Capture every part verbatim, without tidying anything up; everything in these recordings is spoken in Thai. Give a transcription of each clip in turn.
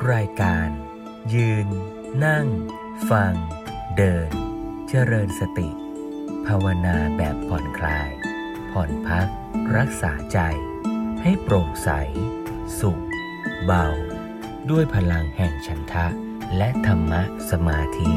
รายการยืนนั่งฟังเดินเจริญสติภาวนาแบบผ่อนคลายผ่อนพักรักษาใจให้โปร่งใสสุขเบาด้วยพลังแห่งฉันทะและธรรมะสมาธิ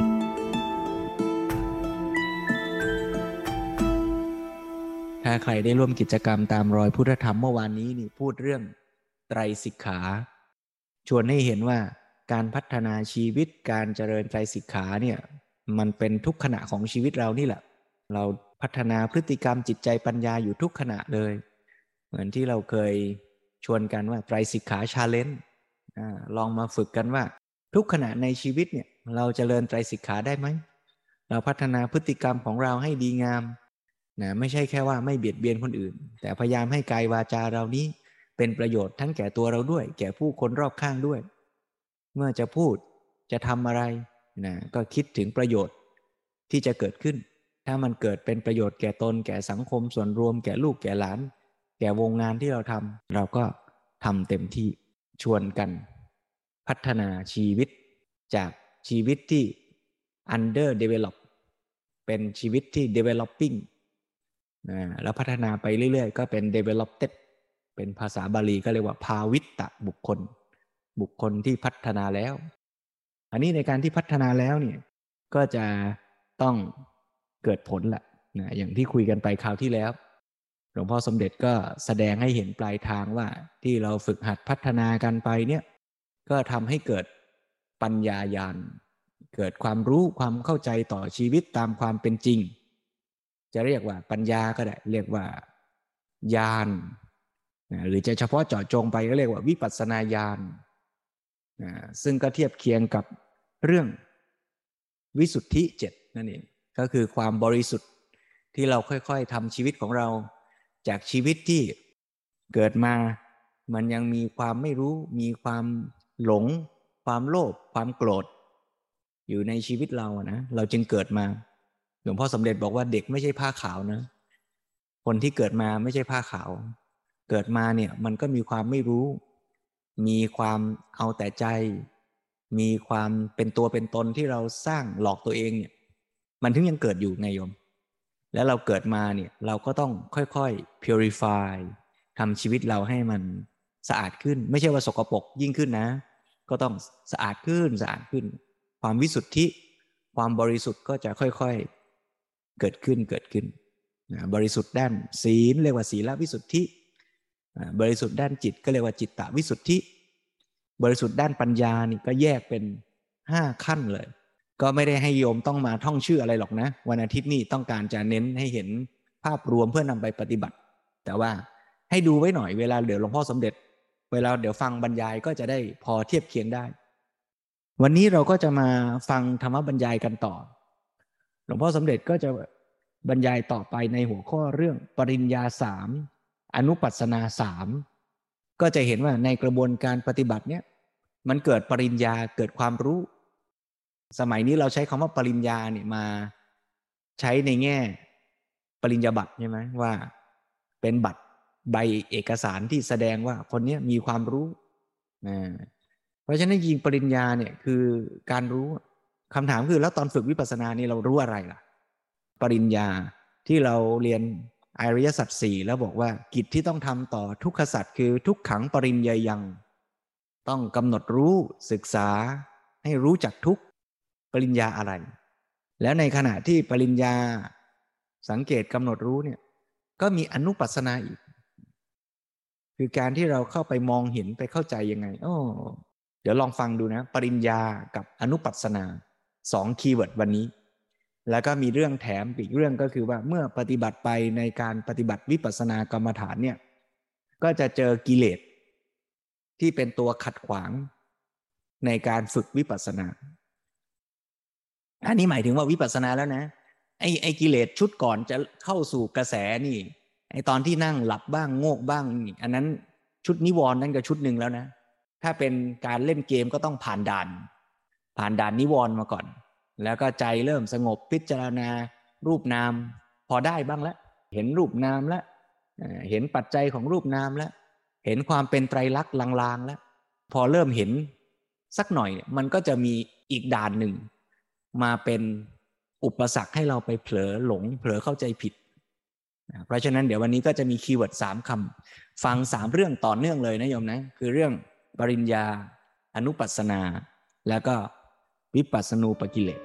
ถ้าใครได้ร่วมกิจกรรมตามรอยพุทธธรรมเมื่อวานนี้นี่พูดเรื่องไตรสิกขาชวนให้เห็นว่าการพัฒนาชีวิตการเจริญไตรสิกขาเนี่ยมันเป็นทุกขณะของชีวิตเรานี่แหละเราพัฒนาพฤติกรรมจิตใจปัญญาอยู่ทุกขณะเลยเหมือนที่เราเคยชวนกันว่าไตรสิกขาชาเลนจ์ลองมาฝึกกันว่าทุกขณะในชีวิตเนี่ยเราเจริญไตรสิกขาได้ไหมเราพัฒนาพฤติกรรมของเราให้ดีงามนะไม่ใช่แค่ว่าไม่เบียดเบียนคนอื่นแต่พยายามให้กายวาจาเรานี้เป็นประโยชน์ทั้งแก่ตัวเราด้วยแก่ผู้คนรอบข้างด้วยเมื่อจะพูดจะทำอะไรนะก็คิดถึงประโยชน์ที่จะเกิดขึ้นถ้ามันเกิดเป็นประโยชน์แก่ตนแก่สังคมส่วนรวมแก่ลูกแก่หลานแก่วงงานที่เราทำเราก็ทำเต็มที่ชวนกันพัฒนาชีวิตจากชีวิตที่ under develop เป็นชีวิตที่ developing นะแล้วพัฒนาไปเรื่อยๆก็เป็น developed เป็นภาษาบาลีก็เรียกว่าภาวิตตบุคคลบุคคลที่พัฒนาแล้วอันนี้ในการที่พัฒนาแล้วเนี่ยก็จะต้องเกิดผลแหละนะอย่างที่คุยกันไปคราวที่แล้วหลวงพ่อสมเด็จก็แสดงให้เห็นปลายทางว่าที่เราฝึกหัดพัฒนากันไปเนี่ยก็ทำให้เกิดปัญญาญาณเกิดความรู้ความเข้าใจต่อชีวิตตามความเป็นจริงจะเรียกว่าปัญญาก็ได้เรียกว่าญาณหรือจะเฉพาะเจาะจงไปก็เรียกว่าวิปัสสนาญาณซึ่งก็เทียบเคียงกับเรื่องวิสุทธิเจ็ดนั่นเองก็คือความบริสุทธิ์ที่เราค่อยๆทำชีวิตของเราจากชีวิตที่เกิดมามันยังมีความไม่รู้มีความหลงความโลภความโกรธอยู่ในชีวิตเรานะเราจึงเกิดมาหลวงพ่อสมเด็จบอกว่าเด็กไม่ใช่ผ้าขาวนะคนที่เกิดมาไม่ใช่ผ้าขาวเกิดมาเนี่ยมันก็มีความไม่รู้มีความเอาแต่ใจมีความเป็นตัวเป็นตนที่เราสร้างหลอกตัวเองเนี่ยมันถึงยังเกิดอยู่ไงโยมแล้วเราเกิดมาเนี่ยเราก็ต้องค่อยๆ purify ทำชีวิตเราให้มันสะอาดขึ้นไม่ใช่ว่าสกปรกยิ่งขึ้นนะก็ต้องสะอาดขึ้นสะอาดขึ้นความวิสุทธิความบริสุทธิ์ก็จะค่อยๆเกิดขึ้นเกิดขึ้นบริสุทธิ์ด้านศีลเรียกว่าศีลวิสุทธิบริสุทธิ์ด้านจิตก็เรียกว่าจิตตวิสุทธิบริสุทธิ์ด้านปัญญานี่ก็แยกเป็นห้าขั้นเลยก็ไม่ได้ให้โยมต้องมาท่องชื่ออะไรหรอกนะวันอาทิตย์นี้ต้องการจะเน้นให้เห็นภาพรวมเพื่อนำไปปฏิบัติแต่ว่าให้ดูไว้หน่อยเวลาเดี๋ยวหลวงพ่อสมเด็จเวลาเดี๋ยวฟังบรรยายก็จะได้พอเทียบเคียงได้วันนี้เราก็จะมาฟังธรรมบรรยายกันต่อหลวงพ่อสมเด็จก็จะบรรยายต่อไปในหัวข้อเรื่องปริญญาสามอนุปัสสนาสามก็จะเห็นว่าในกระบวนการปฏิบัติเนี้ยมันเกิดปริญญาเกิดความรู้สมัยนี้เราใช้คำว่าปริญญาเนี่ยมาใช้ในแง่ปริญญาบัตรใช่ไหมว่าเป็นบัตรใบเอกสารที่แสดงว่าคนนี้มีความรู้นะเพราะฉะนั้นยิงปริญญาเนี่ยคือการรู้คำถามคือแล้วตอนฝึกวิปัสสนานี่เรารู้อะไรล่ะปริญญาที่เราเรียนอริยสัจสี่แล้วบอกว่ากิจที่ต้องทำต่อทุกขสัจคือทุกขังปริญญายังต้องกำหนดรู้ศึกษาให้รู้จักทุกปริญญาอะไรแล้วในขณะที่ปริญญาสังเกตกำหนดรู้เนี่ยก็มีอนุปัสสนาอีกคือการที่เราเข้าไปมองเห็นไปเข้าใจยังไงโอ้เดี๋ยวลองฟังดูนะปริญญากับอนุปัสสนาสองคีย์เวิร์ดวันนี้แล้วก็มีเรื่องแถมอีกเรื่องก็คือว่าเมื่อปฏิบัติไปในการปฏิบัติวิปัสสนากรรมฐานเนี่ยก็จะเจอกิเลสที่เป็นตัวขัดขวางในการฝึกวิปัสสนาอันนี้หมายถึงว่าวิปัสสนาแล้วนะไอ้ไอ้กิเลสชุดก่อนจะเข้าสู่กระแสนี่ไอ้ตอนที่นั่งหลับบ้างโงกบ้างนี่อันนั้นชุดนิวรณ์นั่นก็ชุดหนึ่งแล้วนะถ้าเป็นการเล่นเกมก็ต้องผ่านด่านผ่านด่านนิวรณ์มาก่อนแล้วก็ใจเริ่มสงบพิจารณารูปนามพอได้บ้างแล้วเห็นรูปนามแล้วเห็นปัจจัยของรูปนามแล้วเห็นความเป็นไตรลักษณ์ลางๆแล้วพอเริ่มเห็นสักหน่อยมันก็จะมีอีกด่านหนึ่งมาเป็นอุปสรรคให้เราไปเผลอหลงเผลอเข้าใจผิดเพราะฉะนั้นเดี๋ยววันนี้ก็จะมีคีย์เวิร์ดสามคำฟังสามเรื่องต่อเนื่องเลยนะโยมนะคือเรื่องปริญญาอนุปัสสนาแล้วก็วิปัสสนูปกิเลส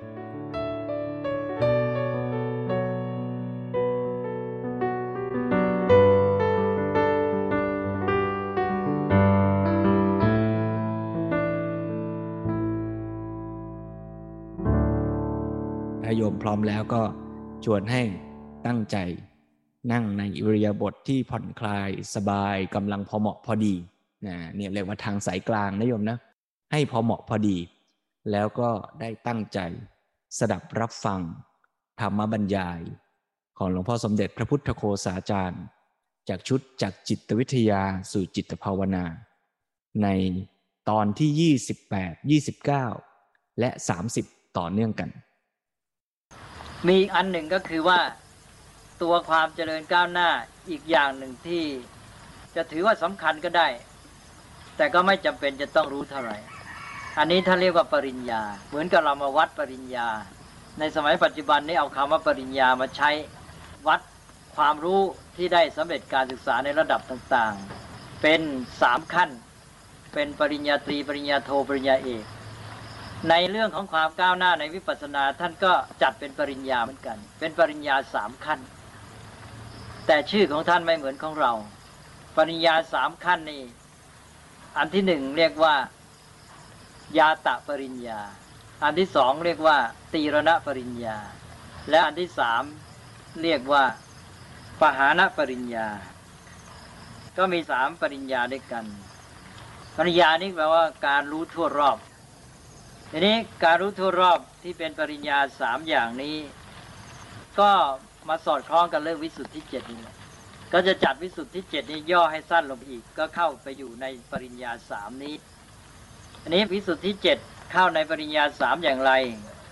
ถ้าโยมพร้อมแล้วก็ชวนให้ตั้งใจนั่งในอิริยาบถที่ผ่อนคลายสบายกำลังพอเหมาะพอดีนะเนี่ยเรียกว่าทางสายกลางนะโยมนะให้พอเหมาะพอดีแล้วก็ได้ตั้งใจสดับรับฟังธรรมบรรยายของหลวงพ่อสมเด็จพระพุทธโฆษาจารย์จากชุดจากจิตวิทยาสู่จิตภาวนาในตอนที่ยี่สิบแปด ยี่สิบเก้าและสามสิบต่อเนื่องกันมีอีกอันหนึ่งก็คือว่าตัวความเจริญก้าวหน้าอีกอย่างหนึ่งที่จะถือว่าสำคัญก็ได้แต่ก็ไม่จำเป็นจะต้องรู้เท่าไหร่อันนี้ท่านเรียกว่าปริญญาเหมือนกับเรามาวัดปริญญาในสมัยปัจจุบันนี้เอาคำว่าปริญญามาใช้วัดความรู้ที่ได้สำเร็จการศึกษาในระดับต่างๆเป็นสามขั้นเป็นปริญญาตรีปริญญาโทปริญญาเอกในเรื่องของความก้าวหน้าในวิปัสสนาท่านก็จัดเป็นปริญญาเหมือนกันเป็นปริญญาสามขั้นแต่ชื่อของท่านไม่เหมือนของเราปริญญาสามขั้นนี้อันที่หนึ่งเรียกว่ายาตะปริญญาอันที่สองเรียกว่าตีรณปริญญาและอันที่สามเรียกว่าปหานปริญญาก็มีสามปริญญาด้วยกันปริญญานี่แปลว่าการรู้ทั่วรอบทีนี้การรู้ทั่วรอบที่เป็นปริญญาสามอย่างนี้ก็มาสอดคล้องกันเรื่องวิสุทธิเจ็ดนี่แหละก็จะจัดวิสุทธิเจ็ดนี้ย่อให้สั้นลงอีกก็เข้าไปอยู่ในปริญญาสามนี้อันนี้วิสุทธิเจ็ดเข้าในปริญญาสามอย่างไร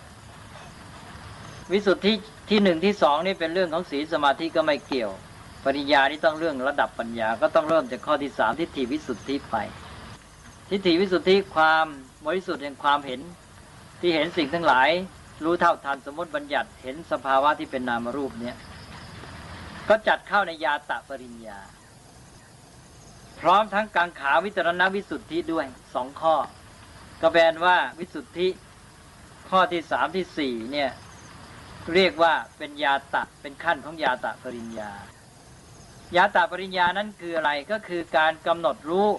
วิสุทธิที่หนึ่งที่สองนี่เป็นเรื่องของศีลสมาธิก็ไม่เกี่ยวปริญญานี่ต้องเรื่องระดับปัญญาก็ต้องเริ่มจากข้อที่สามทิฏฐิวิสุทธิไปทิฏฐิวิสุทธิความบริสุทธิ์แห่งความเห็นที่เห็นสิ่งทั้งหลายรู้เท่าทันสมมติบัญญัติเห็นสภาวะที่เป็นนามรูปเนี่ยก็จัดเข้าในยาตะปริญญาพร้อมทั้งกังขาวิตรณวิสุทธิด้วยสองข้อก็แปลว่าวิสุทธิข้อที่สามที่สี่เนี่ยเรียกว่าเป็นยาตะเป็นขั้นของยาตะปริญญายาตะปริญญานั้นคืออะไรก็คือการกำหนดรู้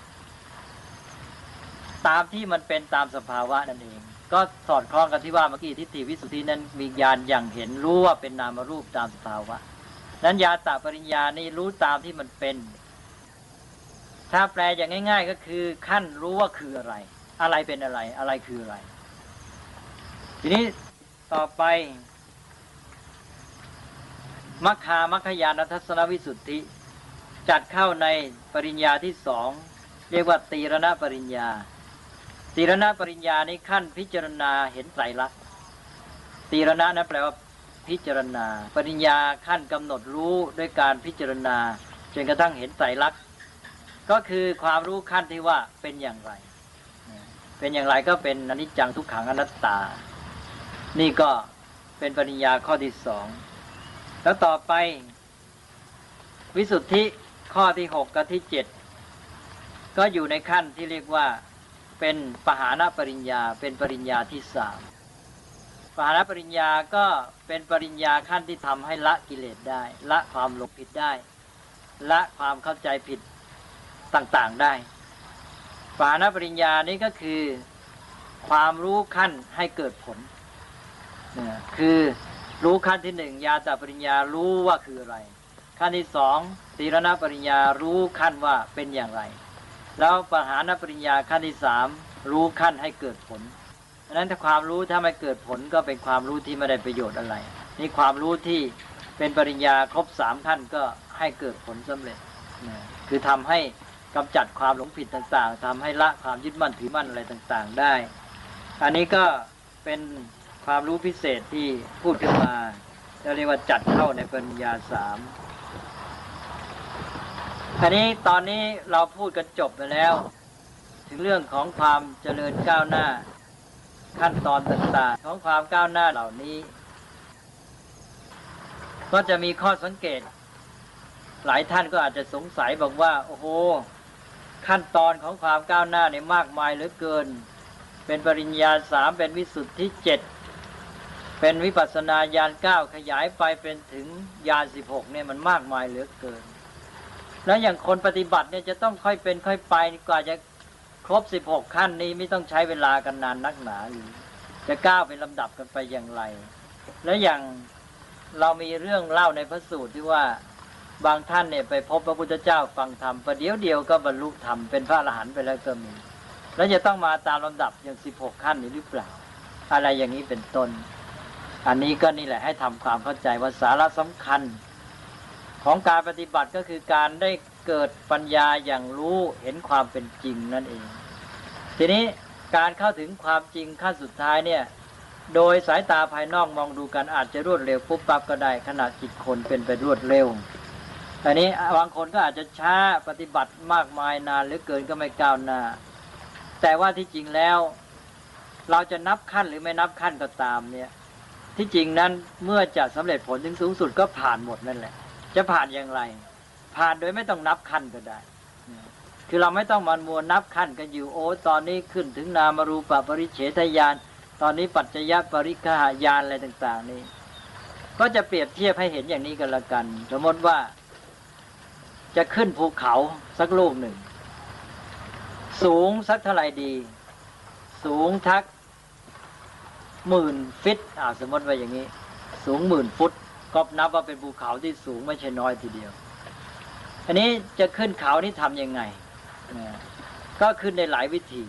ตามที่มันเป็นตามสภาวะนั่นเองก็สอดคล้องกันที่ว่าเมื่อกี้ทิฏฐิวิสุทธินั้นมีญาณอย่างเห็นรู้ว่าเป็นนามรูปตามสภาวะนั้นยาตะปริญญานี่รู้ตามที่มันเป็นถ้าแปลอย่างง่ายๆก็คือขั้นรู้ว่าคืออะไรอะไรเป็นอะไรอะไรคืออะไรทีนี้ต่อไปมัคคามัคคยานทัศนวิสุทธิจัดเข้าในปริญญาที่สองเรียกว่าตีรณปริญญาตีรณปริญญาในขั้นพิจารณาเห็นไตรลักษณ์ตีรณะนั้นแปลว่าพิจารณาปริญญาขั้นกำหนดรู้ด้วยการพิจารณาจนกระทั่งเห็นไตรลักษณ์ก็คือความรู้ขั้นที่ว่าเป็นอย่างไรเป็นอย่างไรก็เป็นอนิจจังทุกขังอนัตตานี่ก็เป็นปริญญาข้อที่สองแล้วต่อไปวิสุทธิข้อที่หกกับที่เจ็ดก็อยู่ในขั้นที่เรียกว่าเป็นปหานปริญญาเป็นปริญญาที่สามปหานปริญญาก็เป็นปริญญาขั้นที่ทำให้ละกิเลสได้ละความหลงผิดได้ละความเข้าใจผิดต่างๆได้ปหานปริญญานี้ก็คือความรู้ขั้นให้เกิดผลนะคือรู้ขั้นที่หนึ่งยาตะปริญญารู้ว่าคืออะไรขั้นที่สองตีรณปริญญารู้ขั้นว่าเป็นอย่างไรแล้วปหานปริญญาขั้นที่สามรู้ขั้นให้เกิดผลดังนั้นถ้าความรู้ถ้าไม่เกิดผลก็เป็นความรู้ที่ไม่ได้ประโยชน์อะไรนี่ความรู้ที่เป็นปริญญาครบสามขั้นก็ให้เกิดผลสำเร็จนะคือทำให้กำจัดความหลงผิดต่างๆทำให้ละความยึดมั่นถือมั่นอะไรต่างๆได้อันนี้ก็เป็นความรู้พิเศษที่พูดขึ้นมาเรียกว่าจัดเข้าในปริญญาสามอันนี้ตอนนี้เราพูดกันจบไปแล้วถถึงเรื่องของความเจริญก้าวหน้าขั้นตอนต่างๆของความก้าวหน้าเหล่านี้ก็จะมีข้อสังเกตหลายท่านก็อาจจะสงสัยบอกว่าโอ้โหขั้นตอนของความก้าวหน้าเนี่ยมากมายเหลือเกินเป็นปริญญาสามเป็นวิสุทธิเจ็ดเป็นวิปัสสนาญาณเก้าขยายไปเป็นถึงญาณสิบหกเนี่ยมันมากมายเหลือเกินแล้วอย่างคนปฏิบัติเนี่ยจะต้องค่อยเป็นค่อยไปกว่าจะครบสิบหกขั้นนี้ไม่ต้องใช้เวลากันนานนักหนาหรือจะก้าวเป็นลำดับกันไปอย่างไรและอย่างเรามีเรื่องเล่าในพระสูตรที่ว่าบางท่านเนี่ยไปพบพระพุทธเจ้าฟังธรรมประเดี๋ยวเดียวก็บรรลุธรรมเป็นพระอรหันต์ไปแล้วก็มีแล้วจะต้องมาตามลำดับอย่างสิบหกขั้นนี้หรือเปล่าอะไรอย่างนี้เป็นต้นอันนี้ก็นี่แหละให้ทำความเข้าใจว่าสาระสำคัญของการปฏิบัติก็คือการได้เกิดปัญญาอย่างรู้เห็นความเป็นจริงนั่นเองทีนี้การเข้าถึงความจริงขั้นสุดท้ายเนี่ยโดยสายตาภายนอกมองดูกันอาจจะรวดเร็วปุ๊บปั๊บก็ได้ขณะจิตคนเป็นไปรวดเร็วอันนี้บางคนก็อาจจะช้าปฏิบัติมากมายนานหรือเกินก็ไม่ก้าวหน้าแต่ว่าที่จริงแล้วเราจะนับขั้นหรือไม่นับขั้นก็ตามเนี่ยที่จริงนั้นเมื่อจะสำเร็จผลถึงสูงสุดก็ผ่านหมดนั่นแหละจะผ่านอย่างไรผ่านโดยไม่ต้องนับขั้นก็ได้คือเราไม่ต้องมันมัวนับขั้นกันอยู่โอ้ตอนนี้ขึ้นถึงนามรูปปริเฉทญาณตอนนี้ปัจจยปริฆาญาณอะไรต่างๆนี้ก็จะเปรียบเทียบให้เห็นอย่างนี้กันละกันสมมติว่าจะขึ้นภูเขาสักลูกหนึ่งสูงสักเท่าไหร่ดีสูงทักหมื่นฟิตอ่าสมมติว่าอย่างนี้สูงหมื่นฟุตก็นับว่าเป็นภูเขาที่สูงไม่ใช่น้อยทีเดียวอันนี้จะขึ้นเขานี่ทำยังไงก็ขึ้นในหลายวิธี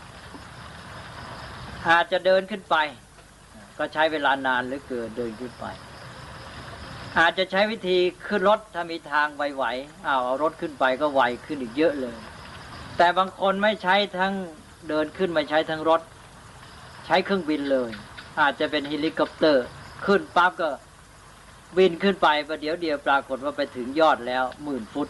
อาจจะเดินขึ้นไปก็ใช้เวลานานเหลือเกินเดินขึ้นไปอาจจะใช้วิธีขึ้นรถถ้ามีทางไวๆเอาเอารถขึ้นไปก็ไวขึ้นอีกเยอะเลยแต่บางคนไม่ใช้ทั้งเดินขึ้นไม่ใช้ทั้งรถใช้เครื่องบินเลยอาจจะเป็นเฮลิคอปเตอร์ขึ้นปั๊บก็บินขึ้นไปประเดี๋ยวเดียวปรากฏว่าไปถึงยอดแล้วหมื่นฟุต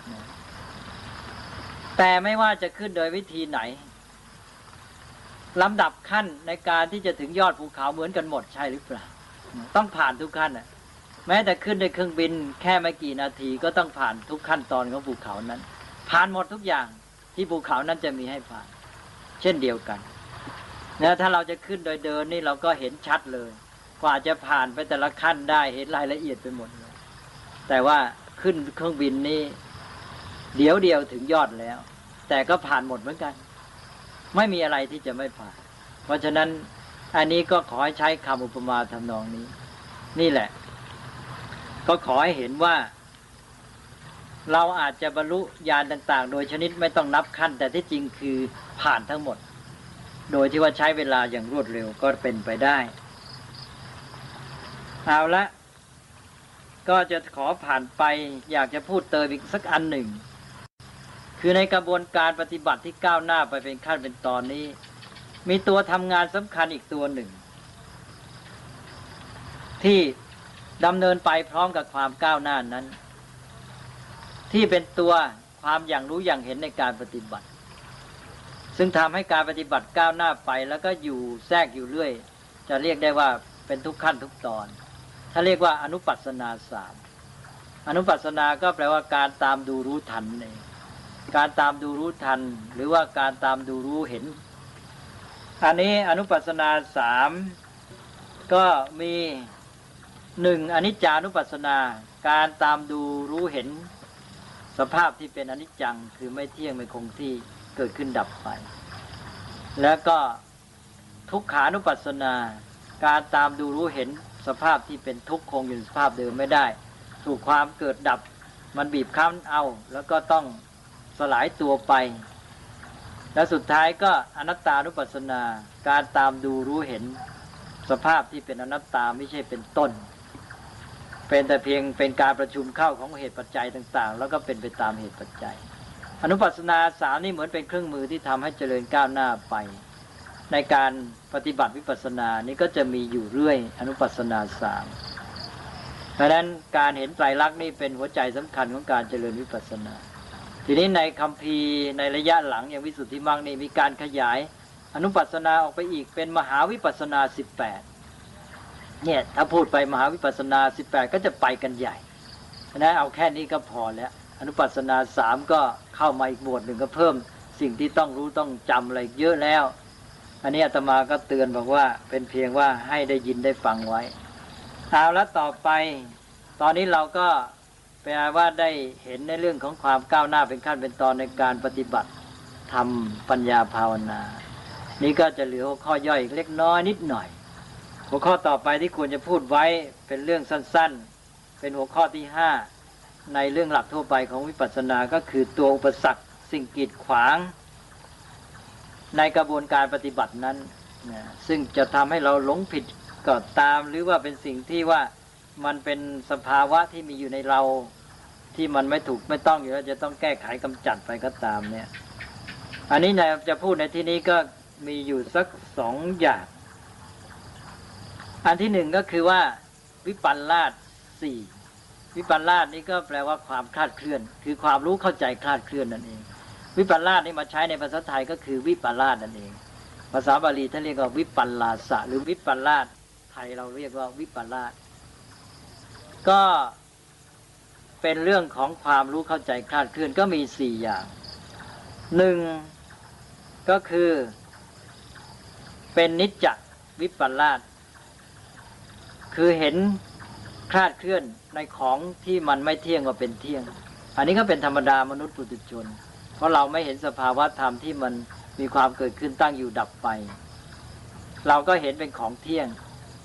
แต่ไม่ว่าจะขึ้นโดยวิธีไหนลำดับขั้นในการที่จะถึงยอดภูเขาเหมือนกันหมดใช่หรือเปล่าต้องผ่านทุกขั้นน่ะแม้แต่ขึ้นในเครื่องบินแค่ไม่กี่นาทีก็ต้องผ่านทุกขั้นตอนของภูเขานั้นผ่านหมดทุกอย่างที่ภูเขานั้นจะมีให้ผ่านเช่นเดียวกันนะถ้าเราจะขึ้นโดยเดินนี่เราก็เห็นชัดเลยกว่าจะผ่านไปแต่ละขั้นได้เห็นรายละเอียดไปหมดเลยแต่ว่าขึ้นเครื่องบินนี่เดี๋ยวเดียวถึงยอดแล้วแต่ก็ผ่านหมดเหมือนกันไม่มีอะไรที่จะไม่ผ่านเพราะฉะนั้นอันนี้ก็ขอให้ใช้คำอุปมาทำนองนี้นี่แหละก็ขอให้เห็นว่าเราอาจจะบรรลุญาณต่างๆโดยชนิดไม่ต้องนับขั้นแต่ที่จริงคือผ่านทั้งหมดโดยที่ว่าใช้เวลาอย่างรวดเร็วก็เป็นไปได้เอาละก็จะขอผ่านไปอยากจะพูดเติมอีกสักอันหนึ่งคือในกระบวนการปฏิบัติที่ก้าวหน้าไปเป็นขั้นเป็นตอนนี้มีตัวทำงานสำคัญอีกตัวหนึ่งที่ดำเนินไปพร้อมกับความก้าวหน้านั้นที่เป็นตัวความอย่างรู้อย่างเห็นในการปฏิบัติซึ่งทำให้การปฏิบัติก้าวหน้าไปแล้วก็อยู่แทรกอยู่เรื่อยจะเรียกได้ว่าเป็นทุกขั้นทุกตอนถ้าเรียกว่าอนุปัสสนาสามอนุปัสสนาก็แปลว่าการตามดูรู้ทันเองการตามดูรู้ทันหรือว่าการตามดูรู้เห็นอันนี้อนุปัสสนาสามก็มีหนึ่งอนิจจานุปัสสนาการตามดูรู้เห็นสภาพที่เป็นอนิจจังคือไม่เที่ยงไม่คงที่เกิดขึ้นดับไปแล้วก็ทุกขานุปัสสนาการตามดูรู้เห็นสภาพที่เป็นทุกข์คงอยู่ในสภาพเดิมไม่ได้ถูกความเกิดดับมันบีบคั้นเอาแล้วก็ต้องสลายตัวไปและสุดท้ายก็อนัตตานุปัสสนาการตามดูรู้เห็นสภาพที่เป็นอนัตตาไม่ใช่เป็นต้นเป็นแต่เพียงเป็นการประชุมเข้าของเหตุปัจจัยต่างๆแล้วก็เป็นไปตามเหตุปัจจัยอนุปัสสนาสามนี่เหมือนเป็นเครื่องมือที่ทำให้เจริญก้าวหน้าไปในการปฏิบัติวิปัสสนานี้ก็จะมีอยู่เรื่อยอนุปัสสนาสามเพราะฉะนั้นการเห็นไตรลักษณ์นี่เป็นหัวใจสำคัญของการเจริญวิปัสสนาทีนี้ในคัมภีร์ในระยะหลังอย่างวิสุทธิมรรคนี่มีการขยายอนุปัสสนาออกไปอีกเป็นมหาวิปัสสนาสิบแปดเนี่ยถ้าพูดไปมหาวิปัสสนาสิบแปดก็จะไปกันใหญ่นะเอาแค่นี้ก็พอแล้วอนุปัสสนาสามก็เข้ามาอีกหมวดหนึ่งก็เพิ่มสิ่งที่ต้องรู้ต้องจำอะไรเยอะแล้วอันนี้อาตมาก็เตือนบอกว่าเป็นเพียงว่าให้ได้ยินได้ฟังไว้เอาแล้วต่อไปตอนนี้เราก็แปลว่าได้เห็นในเรื่องของความก้าวหน้าเป็นขั้นเป็นตอนในการปฏิบัติทำปัญญาภาวนานี่ก็จะเหลือหัวข้อย่อยเล็กน้อยนิดหน่อยหัวข้อต่อไปที่ควรจะพูดไว้เป็นเรื่องสั้นๆเป็นหัวข้อที่ห้าในเรื่องหลักทั่วไปของวิปัสสนาก็คือตัวอุปสรรคสิ่งกีดขวางในกระบวนการปฏิบัตินั้นนะซึ่งจะทำให้เราหลงผิดก็ตามหรือว่าเป็นสิ่งที่ว่ามันเป็นสภาวะที่มีอยู่ในเราที่มันไม่ถูกไม่ต้องอยู่แล้วจะต้องแก้ไขกำจัดไปก็ตามเนี่ยอันนี้นะจะพูดในที่นี้ก็มีอยู่สักสองอย่างอันที่หนึ่งก็คือว่าวิปัลลาสสี่วิปัลลาสนี้ก็แปลว่าความคลาดเคลื่อนคือความรู้เข้าใจคลาดเคลื่อนนั่นเองวิปัลลาสนี้มาใช้ในภาษาไทยก็คือวิปัลลาสนั่นเองภาษาบาลีท่านเรียกว่าวิปัลลาสะหรือวิปัลลาสไทยเราเรียกว่าวิปัลลาสก็เป็นเรื่องของความรู้เข้าใจคลาดเคลื่อนก็มีสี่อย่างหนึ่งก็คือเป็นนิจจวิปัลลาสคือเห็นคลาดเคลื่อนในของที่มันไม่เที่ยงว่าเป็นเที่ยงอันนี้ก็เป็นธรรมดามนุษย์ปุถุชนเพราะเราไม่เห็นสภาวะธรรมที่มันมีความเกิดขึ้นตั้งอยู่ดับไปเราก็เห็นเป็นของเที่ยง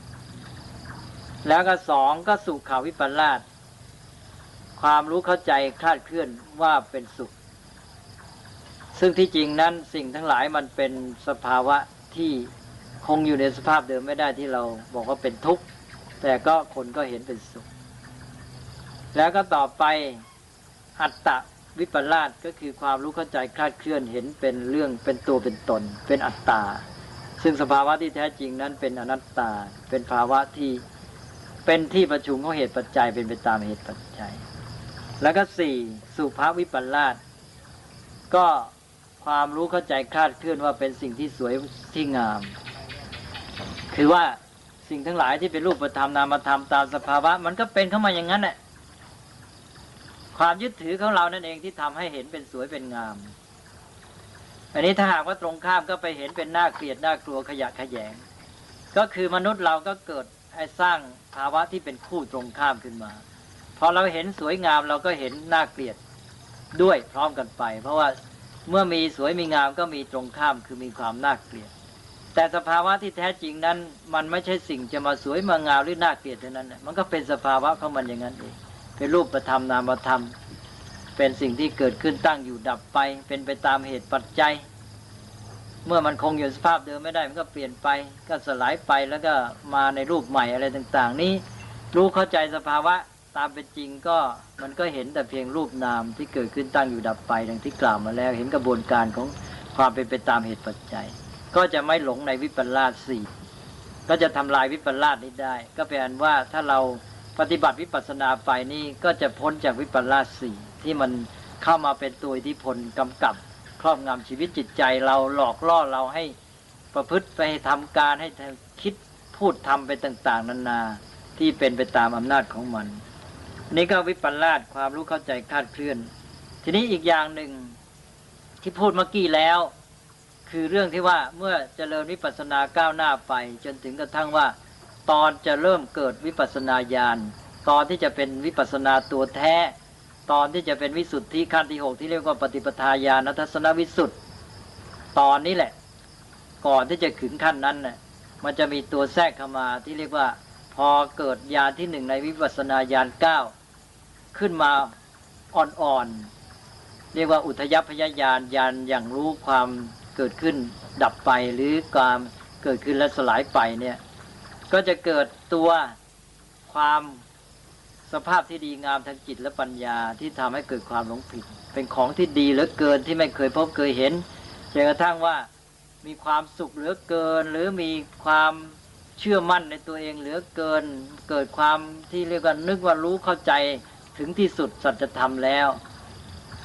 แล้วก็สองก็สุขวิปัลลาสความรู้เข้าใจคลาดเคลื่อนว่าเป็นสุขซึ่งที่จริงนั้นสิ่งทั้งหลายมันเป็นสภาวะที่คงอยู่ในสภาพเดิมไม่ได้ที่เราบอกว่าเป็นทุกข์แต่ก็คนก็เห็นเป็นสุขแล้วก็ต่อไปอัตตวิปัลลาสก็คือความรู้เข้าใจคลาดเคลื่อนเห็นเป็นเรื่องเป็นตัวเป็นตนเป็นอัตตาซึ่งสภาวะที่แท้จริงนั้นเป็นอนัตตาเป็นภาวะที่เป็นที่ประชุมของเหตุปัจจัยเป็นไปตามเหตุปัจจัยแล้วก็สี่สุภวิปัลลาสก็ความรู้เข้าใจคลาดเคลื่อนว่าเป็นสิ่งที่สวยที่งามคือว่าสิ่งทั้งหลายที่เป็นรูปธรรมนามธรรมตามสภาวะมันก็เป็นเข้ามาอย่างนั้นแหละความยึดถือของเรานั่นเองที่ทำให้เห็นเป็นสวยเป็นงามอันนี้ถ้าหากว่าตรงข้ามก็ไปเห็นเป็นน่าเกลียดน่ากลัวขยะแขยงก็คือมนุษย์เราก็เกิดให้สร้างภาวะที่เป็นคู่ตรงข้ามขึ้นมาพอเราเห็นสวยงามเราก็เห็นน่าเกลียดด้วยพร้อมกันไปเพราะว่าเมื่อมีสวยมีงามก็มีตรงข้ามคือมีความน่าเกลียดแต่สภาวะที่แท้จริงนั้นมันไม่ใช่สิ่งจะมาสวยมางามหรือน่าเกลียดเท่านั้นมันก็เป็นสภาวะของมันอย่างนั้นเองเป็นรูปธรรมนามธรรมเป็นสิ่งที่เกิดขึ้นตั้งอยู่ดับไปเป็นไปตามเหตุปัจจัยเมื่อมันคงอยู่สภาพเดิมไม่ได้มันก็เปลี่ยนไปก็สลายไปแล้วก็มาในรูปใหม่อะไรต่างๆนี้รู้เข้าใจสภาวะตามเป็นจริงก็มันก็เห็นแต่เพียงรูปนามที่เกิดขึ้นตั้งอยู่ดับไปดังที่กล่าวมาแล้วเห็นกระบวนการของความเป็นไปตามเหตุปัจจัยก็จะไม่หลงในวิปัลลาสสี่ก็จะทำลายวิปัลลาสนี้ได้ก็แปลว่าถ้าเราปฏิบัติวิปัสสนาไปนี่ก็จะพ้นจากวิปัลลาสสี่ที่มันเข้ามาเป็นตัวอิทธิพลกำกับครอบงำชีวิตจิตใจเราหลอกล่อเราให้ประพฤติไปทำการให้คิดพูดทำไปต่างๆนานาที่เป็นไปตามอำนาจของมันนี่ก็วิปัลลาสความรู้เข้าใจคลาดเคลื่อนทีนี้อีกอย่างหนึ่งที่พูดเมื่อกี้แล้วคือเรื่องที่ว่าเมื่อเจริญวิปัสสนาก้าวหน้าไปจนถึงกระทั่งว่าตอนจะเริ่มเกิดวิปัสสนาญาณตอนที่จะเป็นวิปัสสนาตัวแท้ตอนที่จะเป็นวิสุทธิขั้นที่หกที่เรียกว่าปฏิปทาญาณทัศนวิสุทธิตอนนี้แหละก่อนที่จะถึงขั้นนั้นน่ะมันจะมีตัวแทรกเข้ามาที่เรียกว่าพอเกิดญาณที่หนึ่งในวิปัสสนาญาณเก้าขึ้นมาอ่อนๆเรียกว่าอุทยพยญาณญาณอย่างรู้ความเกิดขึ้นดับไปหรือความเกิดขึ้นและสลายไปเนี่ยก็จะเกิดตัวความสภาพที่ดีงามทางจิตและปัญญาที่ทำให้เกิดความหลงผิดเป็นของที่ดีเหลือเกินที่ไม่เคยพบเคยเห็นจนกระทั่งว่ามีความสุขเหลือเกินหรือมีความเชื่อมั่นในตัวเองเหลือเกินเกิดความที่เรียกว่านึกว่ารู้เข้าใจถึงที่สุดสัจธรรมแล้ว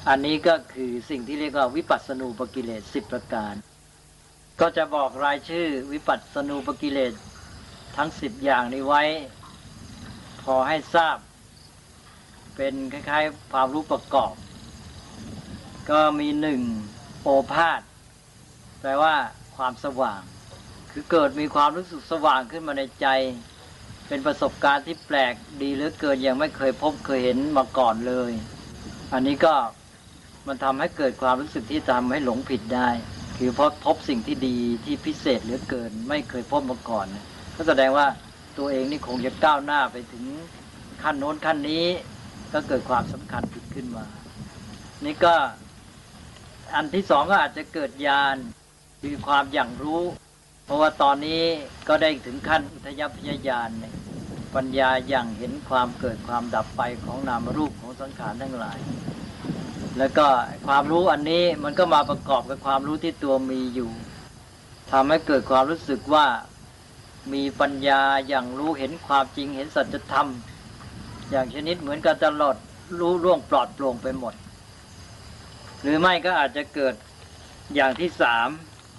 อันนี้ก็คือสิ่งที่เรียกว่าวิปัสสนูปกิเลสสิบประการก็จะบอกรายชื่อวิปัสสนูปกิเลสทั้งสิบอย่างนี้ไว้พอให้ทราบเป็นคล้ายๆความรู้ประกอบก็มีหนึ่งโอภาสแปลว่าความสว่างคือเกิดมีความรู้สึกสว่างขึ้นมาในใจเป็นประสบการณ์ที่แปลกดีเหลือเกินยังไม่เคยพบเคยเห็นมาก่อนเลยอันนี้ก็มันทำให้เกิดความรู้สึกที่ทำให้หลงผิดได้คือพบพบสิ่งที่ดีที่พิเศษเหลือเกินไม่เคยพบมาก่อนก็แสดงว่าตัวเองนี่คงจะก้าวหน้าไปถึงขั้นโน้นขั้นนี้ก็เกิดความสำคัญผิดขึ้นมานี่ก็อันที่สองก็อาจจะเกิดญาณคือความอย่างรู้เพราะว่าตอนนี้ก็ได้ถึงขั้นอุทยพยญาณปัญญาอย่างเห็นความเกิดความดับไปของนามรูปของสังขารทั้งหลายแล้วก็ความรู้อันนี้มันก็มาประกอบกับความรู้ที่ตัวมีอยู่ทำให้เกิดความรู้สึกว่ามีปัญญาอย่างรู้เห็นความจริงเห็นสัจธรรมอย่างชนิดเหมือนกับตลอดรู้ล่วงปลอดโปร่งไปหมดหรือไม่ก็อาจจะเกิดอย่างที่สาม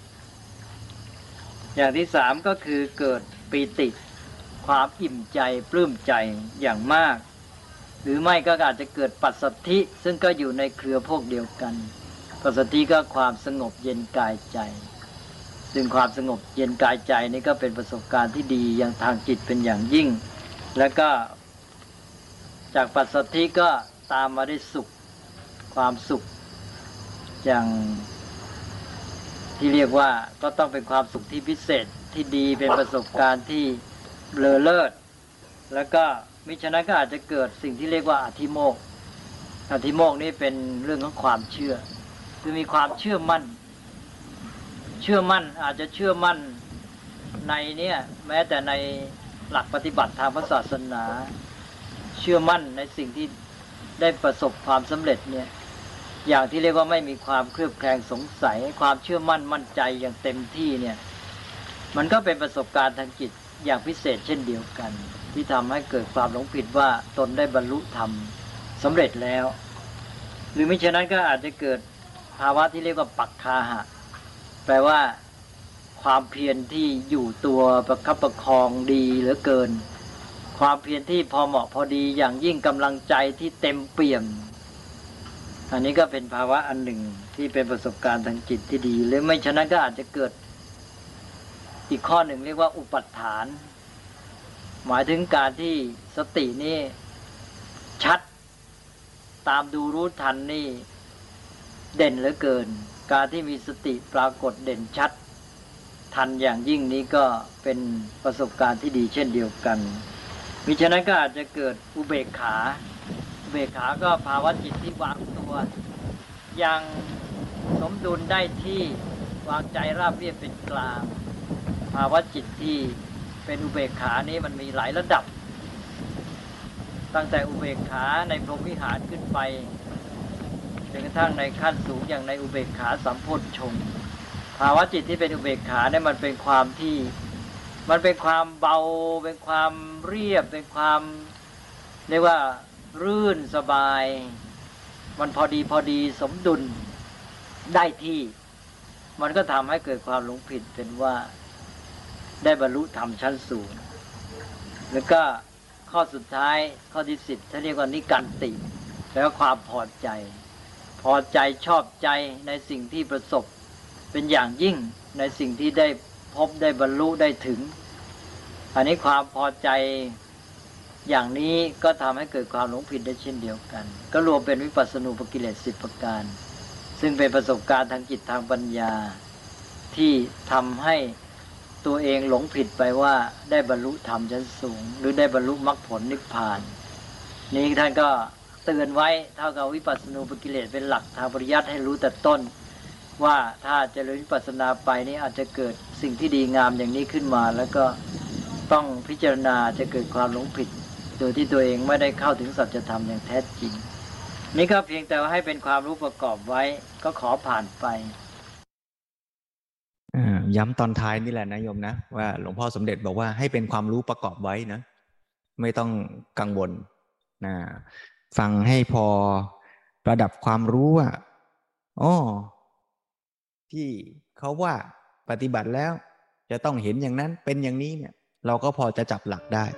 อย่างที่สามก็คือเกิดปีติความอิ่มใจปลื้มใจอย่างมากหรือไม่ก็อาจจะเกิดปัสสัทธิซึ่งก็อยู่ในเครือพวกเดียวกันปัสสัทธิก็ความสงบเย็นกายใจซึ่งความสงบเย็นกายใจนี่ก็เป็นประสบการณ์ที่ดีอย่างทางจิตเป็นอย่างยิ่งแล้วก็จากปัสสัทธิก็ตามมาได้สุขความสุขอย่างที่เรียกว่าก็ต้องเป็นความสุขที่พิเศษที่ดีเป็นประสบการณ์ที่เลอเลิศแล้วก็มิฉะนั้นก็อาจจะเกิดสิ่งที่เรียกว่าอธิโมกข์อธิโมกข์นี่เป็นเรื่องของความเชื่อคือมีความเชื่อมั่นเชื่อมั่นอาจจะเชื่อมั่นในเนี่ยแม้แต่ในหลักปฏิบัติทางศาสนาเชื่อมั่นในสิ่งที่ได้ประสบความสำเร็จเนี่ยอย่างที่เรียกว่าไม่มีความเคลือบแคลงสงสัยความเชื่อมั่นมั่นใจอย่างเต็มที่เนี่ยมันก็เป็นประสบการณ์ทางจิตอย่างพิเศษเช่นเดียวกันที่ทำให้เกิดความหลงผิดว่าตนได้บรรลุธรรมสำเร็จแล้วหรือไม่เช่นนั้นก็อาจจะเกิดภาวะที่เรียกว่าปักคาหะแปลว่าความเพียรที่อยู่ตัวประคับประคองดีเหลือเกินความเพียรที่พอเหมาะพอดีอย่างยิ่งกำลังใจที่เต็มเปี่ยมอันนี้ก็เป็นภาวะอันหนึ่งที่เป็นประสบการณ์ทางจิตที่ดีหรือไม่ฉะนั้นก็อาจจะเกิดอีกข้อหนึ่งเรียกว่าอุปัฏฐานหมายถึงการที่สตินี่ชัดตามดูรู้ทันนี่เด่นเหลือเกินการที่มีสติปรากฏเด่นชัดทันอย่างยิ่งนี้ก็เป็นประสบการณ์ที่ดีเช่นเดียวกันมิฉะนั้นก็อาจจะเกิดอุเบกขาอุเบกขาก็ภาวะจิตที่วางตัวอย่างสมดุลได้ที่วางใจราบเรียบเป็นกลางภาวะจิตที่เป็นอุเบกขานี้มันมีหลายระดับตั้งแต่อุเบกขาในพรหมวิหารขึ้นไปจนกระทั่งในขั้นสูงอย่างในอุเบกขาสัมโพชฌงค์ภาวะจิตที่เป็นอุเบกขาเนี่ยมันเป็นความที่มันเป็นความเบาเป็นความเรียบเป็นความเรียกว่ารื่นสบายมันพอดีพอดีสมดุลได้ที่มันก็ทำให้เกิดความหลงผิดเป็นว่าได้บรรลุธรรมชั้นสูงแล้วก็ข้อสุดท้ายข้อที่สิบท่านเรียกว่านิกันติแล้วความพอใจพอใจชอบใจในสิ่งที่ประสบเป็นอย่างยิ่งในสิ่งที่ได้พบได้บรรลุได้ถึงอันนี้ความพอใจอย่างนี้ก็ทำให้เกิดความหลงผิดได้เช่นเดียวกันก็รวมเป็นวิปัสสนูปกิเลสสิบประการซึ่งเป็นประสบการณ์ทางจิตทางปัญญาที่ทำให้ตัวเองหลงผิดไปว่าได้บรรลุธรรมชั้นสูงหรือได้บรรลุมรรคผลนิพพานนี้ท่านก็เตือนไว้เท่ากับวิปัสสนูปกิเลสเป็นหลักทางปริยัติให้รู้แต่ต้นว่าถ้าเจริญวิปัสสนาไปนี้อาจจะเกิดสิ่งที่ดีงามอย่างนี้ขึ้นมาแล้วก็ต้องพิจารณาจะเกิดความหลงผิดโดยที่ตัวเองไม่ได้เข้าถึงสัจธรรมอย่างแท้จริงนี่ก็เพียงแต่ว่าให้เป็นความรู้ประกอบไว้ก็ขอผ่านไปย้ำตอนท้ายนี่แหละนะโยมนะว่าหลวงพ่อสมเด็จบอกว่าให้เป็นความรู้ประกอบไว้นะไม่ต้องกังวลนะฟังให้พอระดับความรู้ว่าอ๋อที่เขาว่าปฏิบัติแล้วจะต้องเห็นอย่างนั้นเป็นอย่างนี้เนี่ยเราก็พอจะจับหลักได้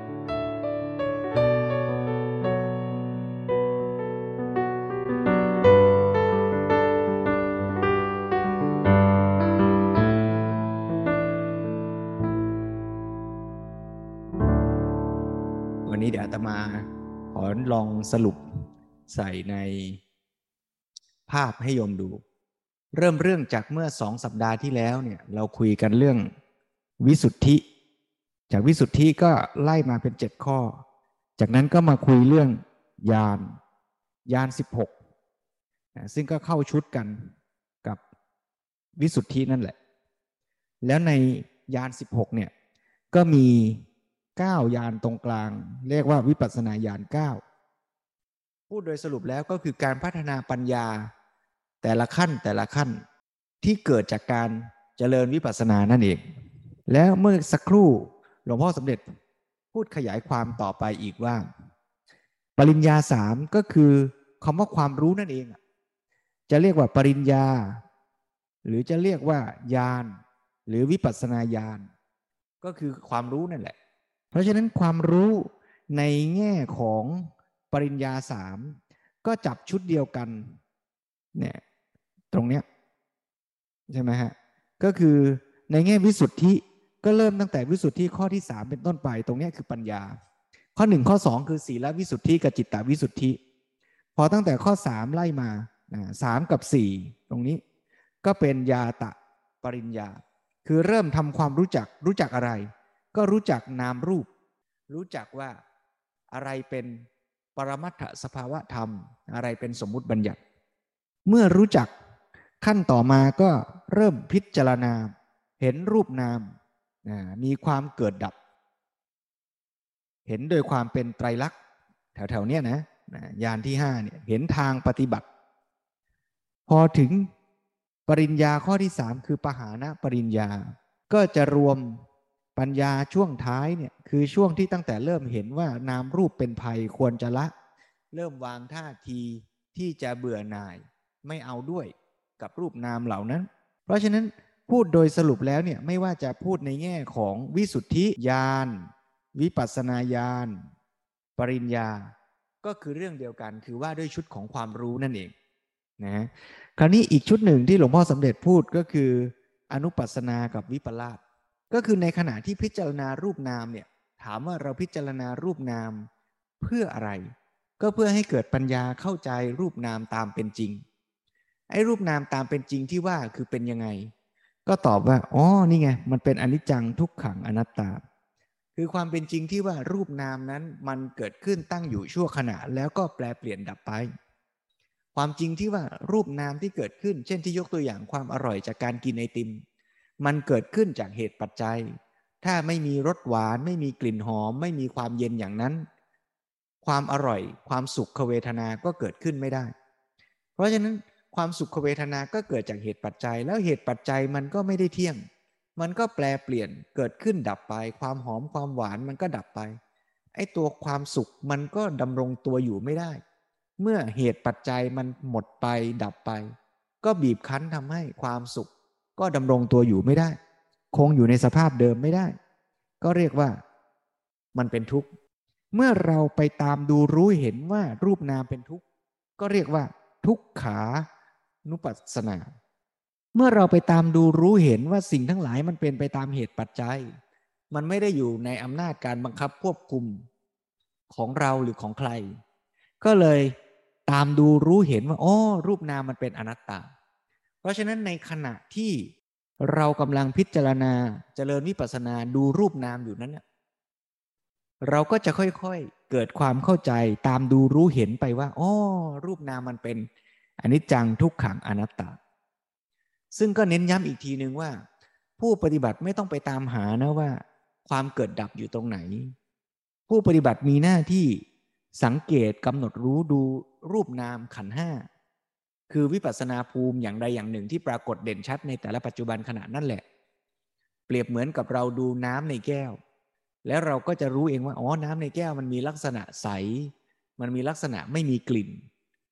วันนี้เดี๋ยวอาตมาขอลองสรุปใส่ในภาพให้โยมดูเริ่มเรื่องจากเมื่อสองสัปดาห์ที่แล้วเนี่ยเราคุยกันเรื่องวิสุทธิจากวิสุทธิก็ไล่มาเป็นเจ็ดข้อจากนั้นก็มาคุยเรื่องญาณญาณสิบหกซึ่งก็เข้าชุดกันกับวิสุทธินั่นแหละแล้วในญาณสิบหกเนี่ยก็มีเก้าญาณตรงกลางเรียกว่าวิปัสสนาญาณเก้าพูดโดยสรุปแล้วก็คือการพัฒนาปัญญาแต่ละขั้นแต่ละขั้นที่เกิดจากการเจริญวิปัสสนานั่นเองแล้วเมื่อสักครู่หลวงพ่อสมเด็จพูดขยายความต่อไปอีกว่าปริญญาสามก็คือคำว่าความรู้นั่นเองจะเรียกว่าปริญญาหรือจะเรียกว่าญาณหรือวิปัสสนาญาณก็คือความรู้นั่นแหละเพราะฉะนั้นความรู้ในแง่ของปริญญาสามก็จับชุดเดียวกันเนี่ยตรงเนี้ยใช่ไหมฮะก็คือในแง่วิสุทธิก็เริ่มตั้งแต่วิสุทธิข้อที่สามเป็นต้นไปตรงนี้คือปัญญาข้อหนึ่งข้อสองคือศีลวิสุทธิกับจิตตวิสุทธิพอตั้งแต่ข้อสามไล่มาสามกับสี่ตรงนี้ก็เป็นญาตะปริญญาคือเริ่มทำความรู้จักรู้จักอะไรก็รู้จักนามรูปรู้จักว่าอะไรเป็นปรมัตถสภาวะธรรมอะไรเป็นสมมุติบัญญัติเมื่อรู้จักขั้นต่อมาก็เริ่มพิจารณาเห็นรูปนามมีความเกิดดับเห็นโดยความเป็นไตรลักษณ์แถวๆเนี้ยนะญาณที่ห้าเนี่ยเห็นทางปฏิบัติพอถึงปริญญาข้อที่สามคือปหานะปริญญาก็จะรวมปัญญาช่วงท้ายเนี่ยคือช่วงที่ตั้งแต่เริ่มเห็นว่านามรูปเป็นภัยควรจะละเริ่มวางท่าทีที่จะเบื่อหน่ายไม่เอาด้วยกับรูปนามเหล่านั้นเพราะฉะนั้นพูดโดยสรุปแล้วเนี่ยไม่ว่าจะพูดในแง่ของวิสุทธิญาณวิปัสสนาญาณปริญญาก็คือเรื่องเดียวกันคือว่าด้วยชุดของความรู้นั่นเองนะคราวนี้อีกชุดหนึ่งที่หลวงพ่อสมเด็จพูดก็คืออนุปัสสนากับวิปลาสก็คือในขณะที่พิจารณารูปนามเนี่ยถามว่าเราพิจารณารูปนามเพื่ออะไรก็เพื่อให้เกิดปัญญาเข้าใจรูปนามตามเป็นจริงไอ้รูปนามตามเป็นจริงที่ว่าคือเป็นยังไงก็ตอบว่าอ๋อนี่ไงมันเป็นอนิจจังทุกขังอนัตตาคือความเป็นจริงที่ว่ารูปนามนั้นมันเกิดขึ้นตั้งอยู่ชั่วขณะแล้วก็แปรเปลี่ยนดับไปความจริงที่ว่ารูปนามที่เกิดขึ้นเช่นที่ยกตัวอย่างความอร่อยจากการกินไอติมมันเกิดขึ้นจากเหตุปัจจัยถ้าไม่มีรสหวานไม่มีกลิ่นหอมไม่มีความเย็นอย่างนั้นความอร่อยความสุขเวทนาก็เกิดขึ้นไม่ได้เพราะฉะนั้นความสุขเวทนาก็เกิดจากเหตุปัจจัยแล้วเหตุปัจจัยมันก็ไม่ได้เที่ยงมันก็แปรเปลี่ยนเกิดขึ้นดับไปความหอมความหวานมันก็ดับไปไอ้ตัวความสุขมันก็ดำรงตัวอยู่ไม่ได้เมื่อเหตุปัจจัยมันหมดไปดับไปก็บีบคั้นทำให้ความสุขก็ดำรงตัวอยู่ไม่ได้คงอยู่ในสภาพเดิมไม่ได้ก็เรียกว่ามันเป็นทุกข์เมื่อเราไปตามดูรู้เห็นว่ารูปนามเป็นทุกข์ก็เรียกว่าทุกขานุปัสสนาเมื่อเราไปตามดูรู้เห็นว่าสิ่งทั้งหลายมันเป็นไปตามเหตุปัจจัยมันไม่ได้อยู่ในอำนาจการบังคับควบคุมของเราหรือของใครก็เลยตามดูรู้เห็นว่าอ๋อรูปนามมันเป็นอนัตตาเพราะฉะนั้นในขณะที่เรากำลังพิจารณาเจริญวิปัสสนาดูรูปนามอยู่นั้นเราก็จะค่อยๆเกิดความเข้าใจตามดูรู้เห็นไปว่าอ๋อรูปนามมันเป็นอนิจจังทุกขังอนัตตาซึ่งก็เน้นย้ำอีกทีนึงว่าผู้ปฏิบัติไม่ต้องไปตามหานะว่าความเกิดดับอยู่ตรงไหนผู้ปฏิบัติมีหน้าที่สังเกตกำหนดรู้ดูรูปนามขันธ์ห้าคือวิปัสสนาภูมิอย่างใดอย่างหนึ่งที่ปรากฏเด่นชัดในแต่ละปัจจุบันขณะนั่นแหละเปรียบเหมือนกับเราดูน้ำในแก้วแล้วเราก็จะรู้เองว่าอ๋อน้ำในแก้วมันมีลักษณะใสมันมีลักษณะไม่มีกลิ่น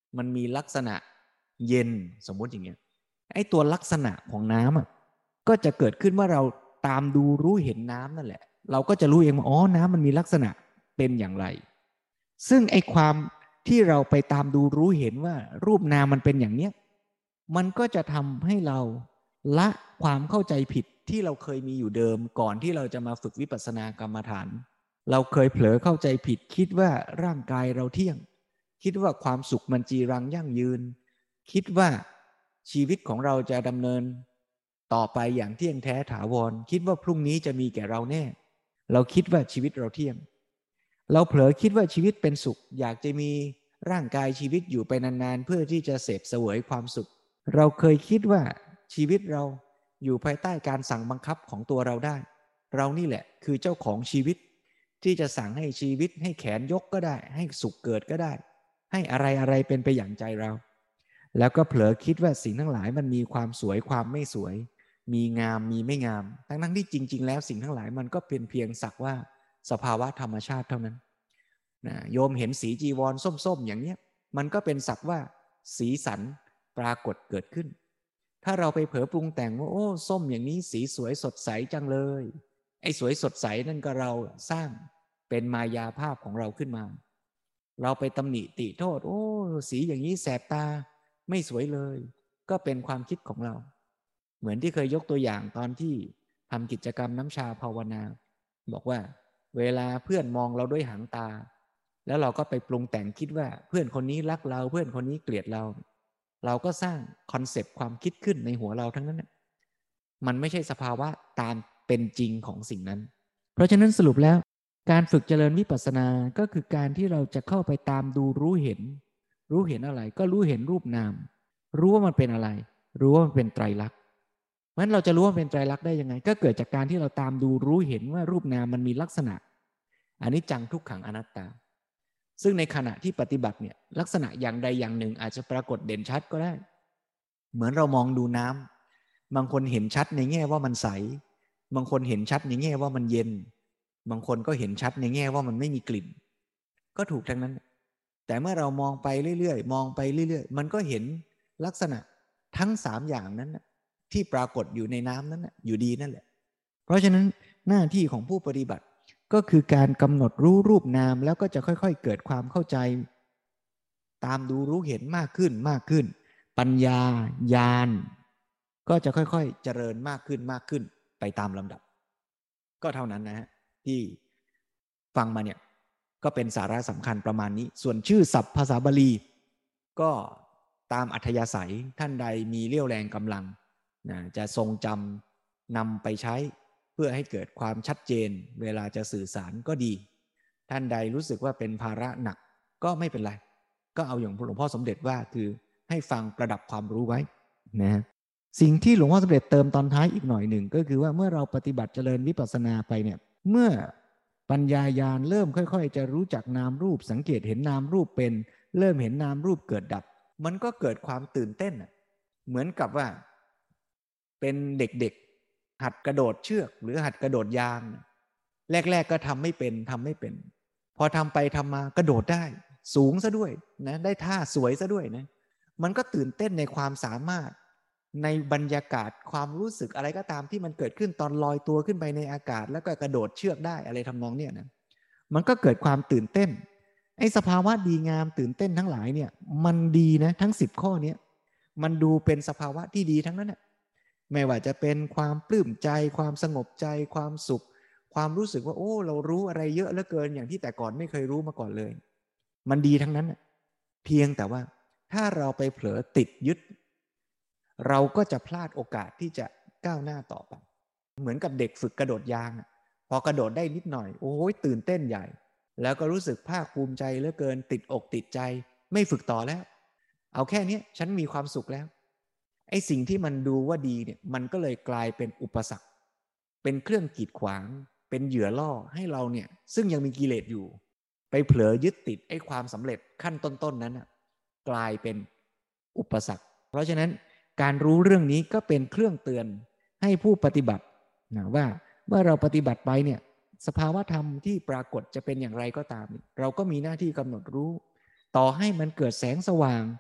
มันมีลักษณะเย็นสมมติอย่างเงี้ยไอ้ตัวลักษณะของน้ำอ่ะก็จะเกิดขึ้นว่าเราตามดูรู้เห็นน้ำนั่นแหละเราก็จะรู้เองว่าอ๋อน้ำมันมีลักษณะเป็นอย่างไรซึ่งไอ้ความที่เราไปตามดูรู้เห็นว่ารูปนามมันเป็นอย่างเนี้ยมันก็จะทำให้เราละความเข้าใจผิดที่เราเคยมีอยู่เดิมก่อนที่เราจะมาฝึกวิปัสสนากรรมฐานเราเคยเผลอเข้าใจผิดคิดว่าร่างกายเราเที่ยงคิดว่าความสุขมันจีรังยั่งยืนคิดว่าชีวิตของเราจะดำเนินต่อไปอย่างเที่ยงแท้ถาวรคิดว่าพรุ่งนี้จะมีแก่เราแน่เราคิดว่าชีวิตเราเที่ยงเราเผลอคิดว่าชีวิตเป็นสุขอยากจะมีร่างกายชีวิตอยู่ไปนานๆเพื่อที่จะเสพเสวยความสุขเราเคยคิดว่าชีวิตเราอยู่ภายใต้การสั่งบังคับของตัวเราได้เรานี่แหละคือเจ้าของชีวิตที่จะสั่งให้ชีวิตให้แขนยกก็ได้ให้สุขเกิดก็ได้ให้อะไรอะไรเป็นไปอย่างใจเราแล้วก็เผลอคิดว่าสิ่งทั้งหลายมันมีความสวยความไม่สวยมีงามมีไม่งามทั้งทั้งที่จริงๆแล้วสิ่งทั้งหลายมันก็เป็นเพียงสักว่าสภาวะธรรมชาติเท่านั้นนะโยมเห็นสีจีวรส้มๆอย่างเนี้ยมันก็เป็นสักว่าสีสันปรากฏเกิดขึ้นถ้าเราไปเผลอปรุงแต่งว่าโอ้ส้มอย่างนี้สีสวยสดใสจังเลยไอ้สวยสดใสนั่นก็เราสร้างเป็นมายาภาพของเราขึ้นมาเราไปตำหนิติโทษโอ้สีอย่างนี้แสบตาไม่สวยเลยก็เป็นความคิดของเราเหมือนที่เคยยกตัวอย่างตอนที่ทำกิจกรรมน้ำชาภาวนาบอกว่าเวลาเพื่อนมองเราด้วยหางตาแล้วเราก็ไปปรุงแต่งคิดว่าเพื่อนคนนี้รักเราเพื่อนคนนี้เกลียดเราเราก็สร้างคอนเซปต์ความคิดขึ้นในหัวเราทั้งนั้นมันไม่ใช่สภาวะตามเป็นจริงของสิ่งนั้นเพราะฉะนั้นสรุปแล้วการฝึกเจริญวิปัสสนาก็คือการที่เราจะเข้าไปตามดูรู้เห็นรู้เห็นอะไรก็รู้เห็นรูปนามรู้ว่ามันเป็นอะไรรู้ว่ามันเป็นไตรลักษณ์เพราะฉะนั้นเราจะรู้ว่าเป็นไตรลักษณ์ได้ยังไงก็เกิดจากการที่เราตามดูรู้เห็นว่ารูปนามมันมีลักษณะอนิจจังทุกขังอนัตตาซึ่งในขณะที่ปฏิบัติเนี่ยลักษณะอย่างใดอย่างหนึ่งอาจจะปรากฏเด่นชัดก็ได้เหมือนเรามองดูน้ำบางคนเห็นชัดในแง่ว่ามันใสบางคนเห็นชัดในแง่ว่ามันเย็นบางคนก็เห็นชัดในแง่ว่ามันไม่มีกลิ่นก็ถูกทั้งนั้นแต่เมื่อเรามองไปเรื่อยๆมองไปเรื่อยๆมันก็เห็นลักษณะทั้งสามอย่างนั้นที่ปรากฏอยู่ในน้ำนั้นอยู่ดีนั่นแหละเพราะฉะนั้นหน้าที่ของผู้ปฏิบัติก็คือการกำหนดรู้รูปนามแล้วก็จะค่อยๆเกิดความเข้าใจตามดูรู้เห็นมากขึ้นมากขึ้นปัญญาญาณก็จะค่อยๆเจริญมากขึ้นมากขึ้นไปตามลำดับก็เท่านั้นนะฮะที่ฟังมาเนี่ยก็เป็นสาระสำคัญประมาณนี้ส่วนชื่อศัพท์ภาษาบาลีก็ตามอัธยาศัยท่านใดมีเรี่ยวแรงกำลังนะจะทรงจำนำไปใช้เพื่อให้เกิดความชัดเจนเวลาจะสื่อสารก็ดีท่านใดรู้สึกว่าเป็นภาระหนักก็ไม่เป็นไรก็เอาอย่างหลวงพ่อสมเด็จว่าคือให้ฟังประดับความรู้ไว้นะสิ่งที่หลวงพ่อสมเด็จเติมตอนท้ายอีกหน่อยหนึ่งก็คือว่าเมื่อเราปฏิบัติเจริญวิปัสสนาไปเนี่ยเมื่อปัญญาญาณเริ่มค่อยๆจะรู้จักนามรูปสังเกตเห็นนามรูปเป็นเริ่มเห็นนามรูปเกิดดับมันก็เกิดความตื่นเต้นเหมือนกับว่าเป็นเด็กๆหัดกระโดดเชือกหรือหัดกระโดดยางแรกๆก็ทำไม่เป็นทำไม่เป็นพอทำไปทำมากระโดดได้สูงซะด้วยนะได้ท่าสวยซะด้วยนะมันก็ตื่นเต้นในความสามารถในบรรยากาศความรู้สึกอะไรก็ตามที่มันเกิดขึ้นตอนลอยตัวขึ้นไปในอากาศแล้วก็กระโดดเชือกได้อะไรทำนองเนี้ยนะมันก็เกิดความตื่นเต้นไอ้สภาวะดีงามตื่นเต้นทั้งหลายเนี่ยมันดีนะทั้งสิบข้อนี้มันดูเป็นสภาวะที่ดีทั้งนั้นนะไม่ว่าจะเป็นความปลื้มใจความสงบใจความสุขความรู้สึกว่าโอ้เรารู้อะไรเยอะเหลือเกินอย่างที่แต่ก่อนไม่เคยรู้มาก่อนเลยมันดีทั้งนั้นเพียงแต่ว่าถ้าเราไปเผลอติดยึดเราก็จะพลาดโอกาสที่จะก้าวหน้าต่อไปเหมือนกับเด็กฝึกกระโดดยางพอกระโดดได้นิดหน่อยโอ้ยตื่นเต้นใหญ่แล้วก็รู้สึกภาคภูมิใจเหลือเกินติดอกติดใจไม่ฝึกต่อแล้วเอาแค่นี้ฉันมีความสุขแล้วไอ้สิ่งที่มันดูว่าดีเนี่ยมันก็เลยกลายเป็นอุปสรรคเป็นเครื่องกีดขวางเป็นเหยื่อล่อให้เราเนี่ยซึ่งยังมีกิเลสอยู่ไปเผลอยึดติดไอ้ความสำเร็จขั้นต้นๆนั้นนะกลายเป็นอุปสรรคเพราะฉะนั้นการรู้เรื่องนี้ก็เป็นเครื่องเตือนให้ผู้ปฏิบัตินะว่าเมื่อเราปฏิบัติไปเนี่ยสภาวะธรรมที่ปรากฏจะเป็นอย่างไรก็ตามเราก็มีหน้าที่กำหนดรู้ต่อให้มันเกิดแสงสว่าง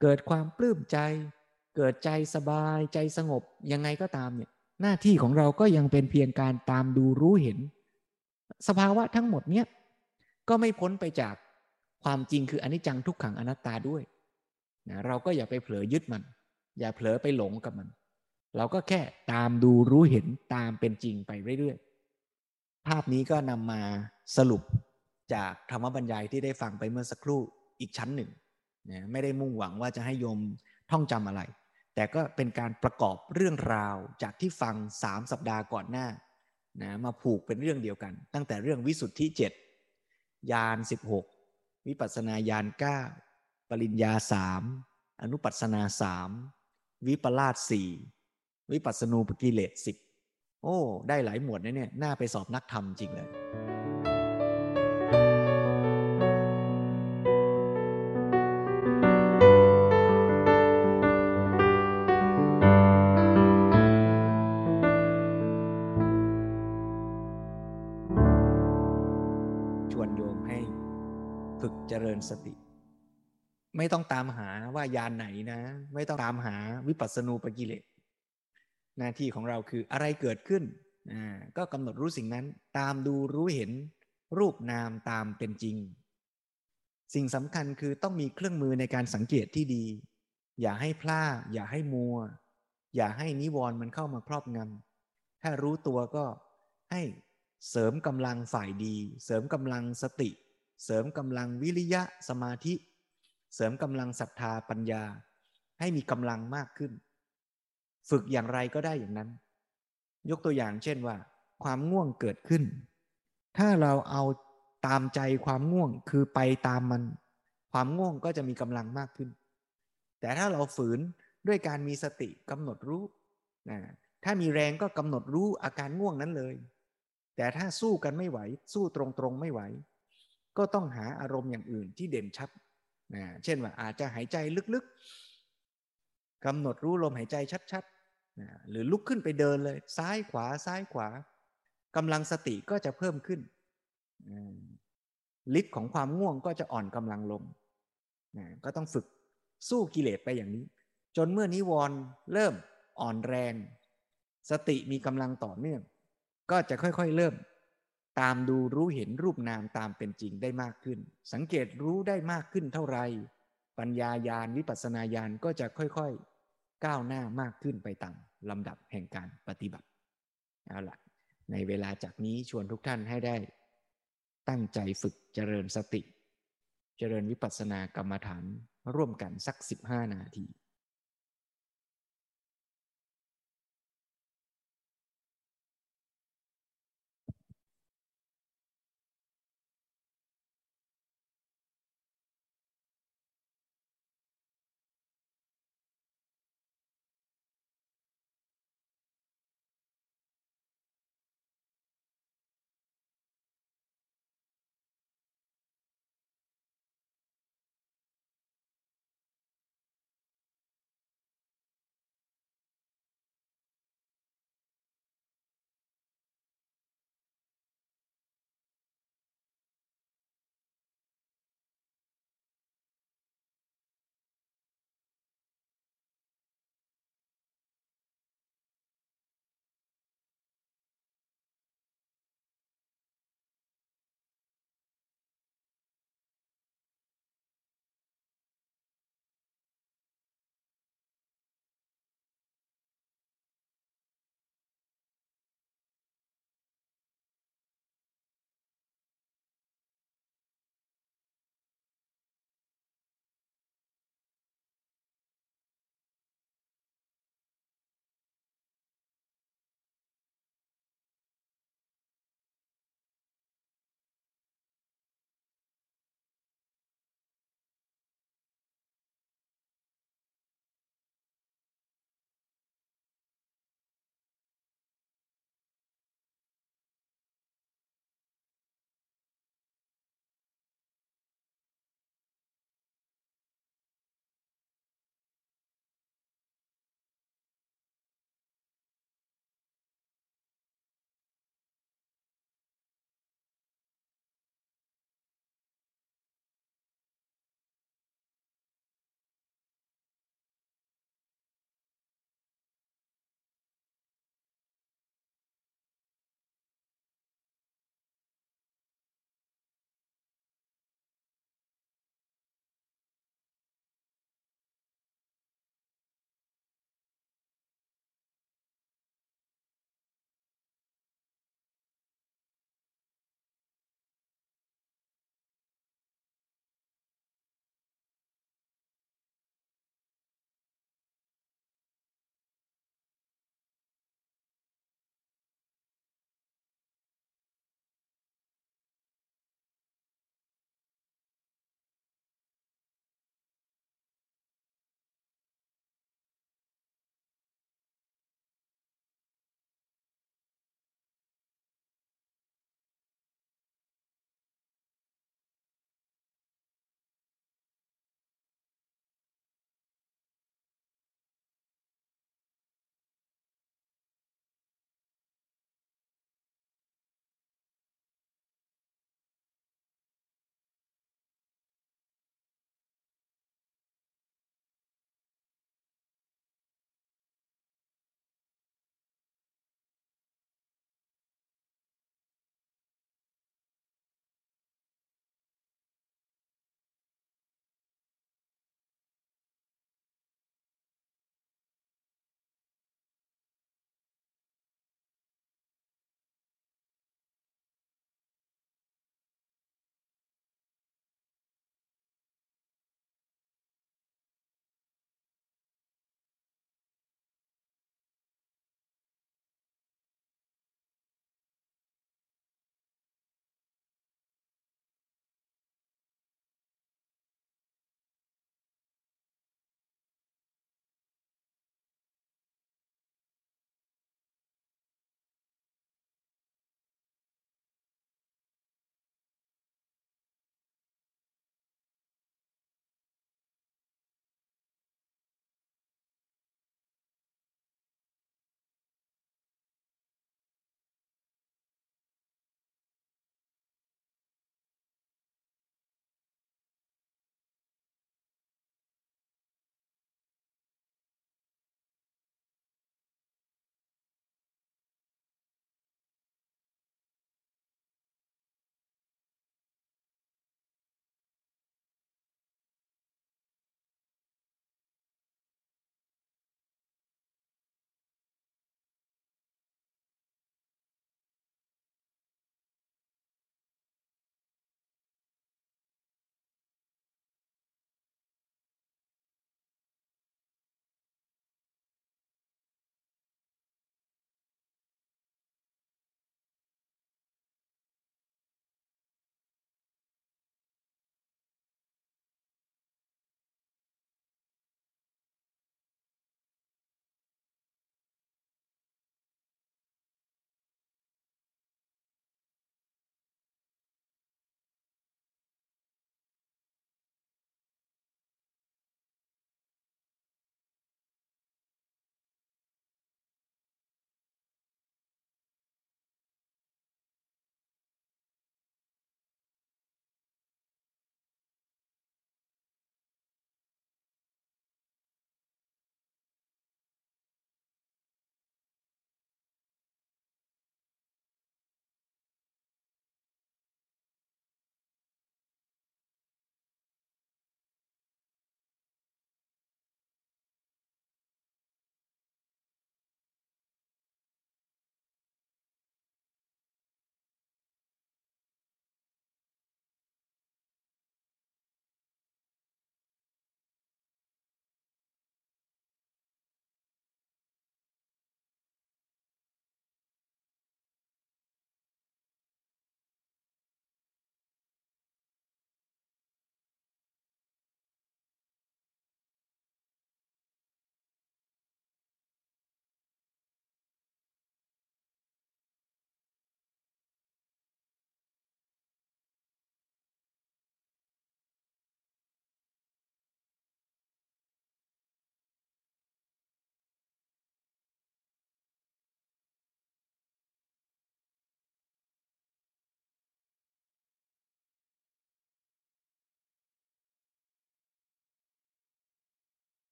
เกิดความปลื้มใจเกิดใจสบายใจสงบยังไงก็ตามเนี่ยหน้าที่ของเราก็ยังเป็นเพียงการตามดูรู้เห็นสภาวะทั้งหมดเนี้ยก็ไม่พ้นไปจากความจริงคืออนิจจังทุกขังอนัตตาด้วยนะเราก็อย่าไปเผลอยึดมันอย่าเผลอไปหลงกับมันเราก็แค่ตามดูรู้เห็นตามเป็นจริงไปเรื่อยๆภาพนี้ก็นำมาสรุปจากธรรมบรรยายที่ได้ฟังไปเมื่อสักครู่อีกชั้นหนึ่งนะไม่ได้มุ่งหวังว่าจะให้โยมท่องจำอะไรแต่ก็เป็นการประกอบเรื่องราวจากที่ฟังสามสัปดาห์ก่อนหน้านะมาผูกเป็นเรื่องเดียวกันตั้งแต่เรื่องวิสุทธิเจ็ดญาณสิบหกวิปัสสนาญาณเก้าปริญญาสามอนุปัสสนาสามวิปลาสสี่วิปัสสนูปกิเลสสิบโอ้ได้หลายหมวดนะเนี่ยน่าไปสอบนักธรรมจริงเลยชวนโยมให้ฝึกเจริญสติไม่ต้องตามหาว่ายานไหนนะไม่ต้องตามหาวิปัสสนูปกิเลสหน้าที่ของเราคืออะไรเกิดขึ้นก็กำหนดรู้สิ่งนั้นตามดูรู้เห็นรูปนามตามเป็นจริงสิ่งสำคัญคือต้องมีเครื่องมือในการสังเกตที่ดีอย่าให้พลาดอย่าให้มัวอย่าให้นิวรณ์มันเข้ามาครอบงำถ้ารู้ตัวก็ให้เสริมกำลังฝ่ายดีเสริมกำลังสติเสริมกำลังวิริยะสมาธิเสริมกำลังศรัทธาปัญญาให้มีกำลังมากขึ้นฝึกอย่างไรก็ได้อย่างนั้นยกตัวอย่างเช่นว่าความง่วงเกิดขึ้นถ้าเราเอาตามใจความง่วงคือไปตามมันความง่วงก็จะมีกำลังมากขึ้นแต่ถ้าเราฝืนด้วยการมีสติกำหนดรู้นะถ้ามีแรงก็กำหนดรู้อาการง่วงนั้นเลยแต่ถ้าสู้กันไม่ไหวสู้ตรงๆไม่ไหวก็ต้องหาอารมณ์อย่างอื่นที่เด่นชัดนะเช่นว่าอาจจะหายใจลึกๆกำหนดรู้ลมหายใจชัดๆนะหรือลุกขึ้นไปเดินเลยซ้ายขวาซ้ายขวากำลังสติก็จะเพิ่มขึ้นฤทธิ์ของความง่วงก็จะอ่อนกำลังลงนะก็ต้องฝึกสู้กิเลสไปอย่างนี้จนเมื่อนิวรณ์เริ่มอ่อนแรงสติมีกำลังต่อเนื่องก็จะค่อยๆเริ่มตามดูรู้เห็นรูปนามตามเป็นจริงได้มากขึ้นสังเกตรู้ได้มากขึ้นเท่าไรปัญญาญาณวิปัสสนาญาณก็จะค่อยๆก้าวหน้ามากขึ้นไปตามลำดับแห่งการปฏิบัติเอาล่ะในเวลาจากนี้ชวนทุกท่านให้ได้ตั้งใจฝึกเจริญสติเจริญวิปัสสนากรรมฐานร่วมกันสักสิบห้านาที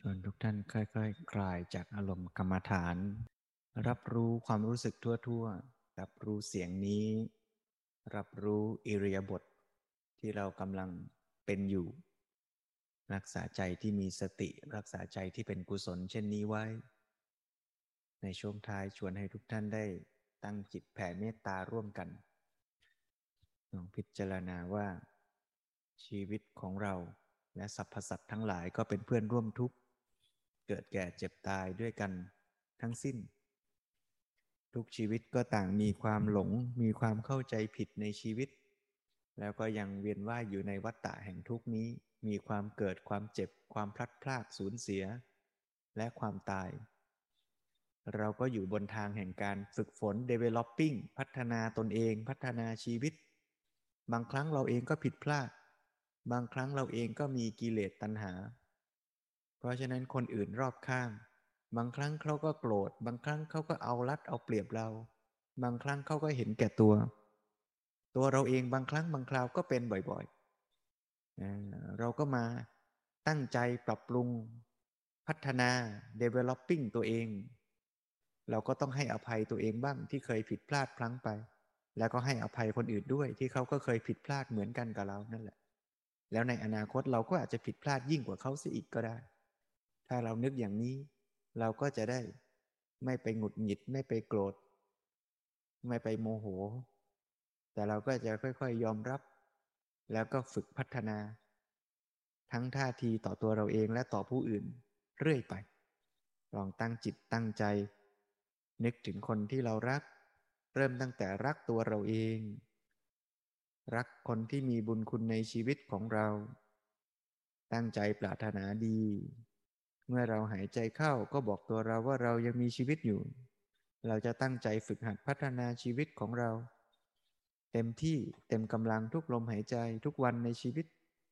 วนทุกท่านค่อยๆ ค, คลายจากอารมณ์กรรมฐานรับรู้ความรู้สึกทั่วๆรับรู้เสียงนี้รับรู้อิริยาบถที่เรากำลังเป็นอยู่รักษาใจที่มีสติรักษาใจที่เป็นกุศลเช่นนี้ไว้ในช่วงท้ายชวนให้ทุกท่านได้ตั้งจิตแผ่เมตตาร่วมกันลองพิจารณาว่าชีวิตของเราและสรรพสัตว์ทั้งหลายก็เป็นเพื่อนร่วมทุกข์เกิดแก่เจ็บตายด้วยกันทั้งสิ้นทุกชีวิตก็ต่างมีความหลงมีความเข้าใจผิดในชีวิตแล้วก็ยังเวียนว่ายอยู่ในวัฏฏะแห่งทุกข์นี้มีความเกิดความเจ็บความพลัดพรากสูญเสียและความตายเราก็อยู่บนทางแห่งการฝึกฝน developing พัฒนาตนเองพัฒนาชีวิตบางครั้งเราเองก็ผิดพลาดบางครั้งเราเองก็มีกิเลสตัณหาเพราะฉะนั้นคนอื่นรอบข้างบางครั้งเขาก็โกรธบางครั้งเขาก็เอารัดเอาเปรียบเราบางครั้งเขาก็เห็นแก่ตัวตัวเราเองบางครั้งบางคราวก็เป็นบ่อยๆเราก็มาตั้งใจปรับปรุงพัฒนา developing ตัวเองเราก็ต้องให้อภัยตัวเองบ้างที่เคยผิดพลาดพลั้งไปแล้วก็ให้อภัยคนอื่นด้วยที่เขาก็เคยผิดพลาดเหมือนกันกับเรานั่นแหละแล้วในอนาคตเราก็อาจจะผิดพลาดยิ่งกว่าเขาเสียอีกก็ได้ถ้าเรานึกอย่างนี้เราก็จะได้ไม่ไปหงุดหงิดไม่ไปโกรธไม่ไปโมโหแต่เราก็จะค่อยๆยอมรับแล้วก็ฝึกพัฒนาทั้งท่าทีต่อตัวเราเองและต่อผู้อื่นเรื่อยไปลองตั้งจิตตั้งใจนึกถึงคนที่เรารักเริ่มตั้งแต่รักตัวเราเองรักคนที่มีบุญคุณในชีวิตของเราตั้งใจปรารถนาดีเมื่อเราหายใจเข้าก็บอกตัวเราว่าเรายังมีชีวิตอยู่เราจะตั้งใจฝึกหัดพัฒนาชีวิตของเราเต็มที่เต็มกำลังทุกลมหายใจทุกวันในชีวิต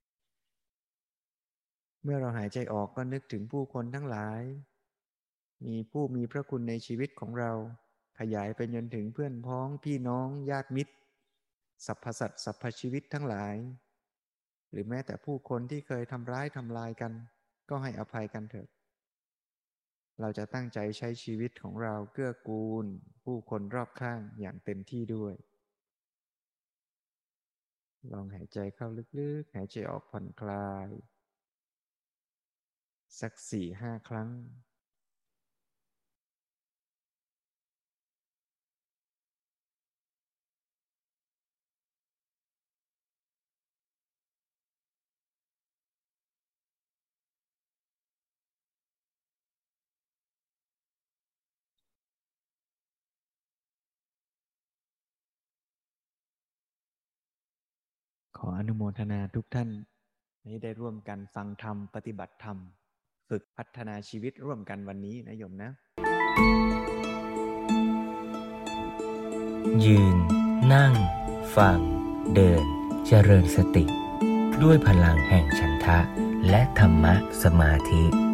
เมื่อเราหายใจออกก็นึกถึงผู้คนทั้งหลายมีผู้มีพระคุณในชีวิตของเราขยายไปจนถึงเพื่อนพ้องพี่น้องญาติมิตรสรรพสัตว์สรรพชีวิตทั้งหลายหรือแม้แต่ผู้คนที่เคยทำร้ายทำลายกันก็ให้อภัยกันเถิดเราจะตั้งใจใช้ชีวิตของเราเกื้อกูลผู้คนรอบข้างอย่างเต็มที่ด้วยลองหายใจเข้าลึกๆหายใจออกผ่อนคลายสัก สี่ห้า ครั้งขออนุโมทนาทุกท่านให้ได้ร่วมกันฟังธรรมปฏิบัติธรรมฝึกพัฒนาชีวิตร่วมกันวันนี้นะโยมนะยืนนั่งฟังเดินเจริญสติด้วยพลังแห่งฉันทะและธรรมะสมาธิ